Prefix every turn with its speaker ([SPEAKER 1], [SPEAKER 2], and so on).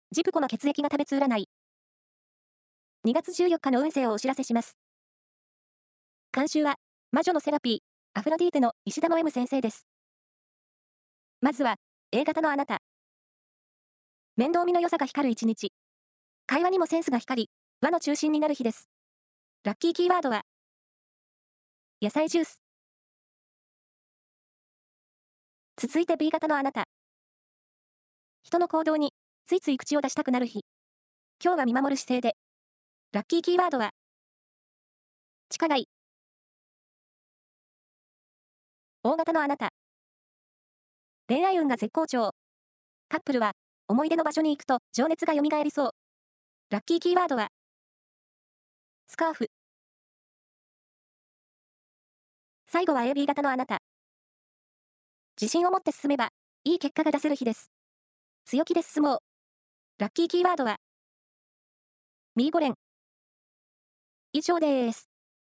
[SPEAKER 1] ジプコの血液が食べつ占い。2月14日の運勢をお知らせします。監修は、魔女のセラピー、アフロディーテの石田の M 先生です。まずは、A 型のあなた。面倒見の良さが光る一日。会話にもセンスが光り、輪の中心になる日です。ラッキーキーワードは、野菜ジュース。続いて B 型のあなた。人の行動に、ついつい口を出したくなる日。今日は見守る姿勢で。ラッキーキーワードは、地下街。O 型のあなた。恋愛運が絶好調。カップルは、思い出の場所に行くと情熱が蘇りそう。ラッキーキーワードは、スカーフ。最後は AB 型のあなた。自信を持って進めば、いい結果が出せる日です。強気で進もう。ラッキーキーワードは、ミーゴレン。以上です。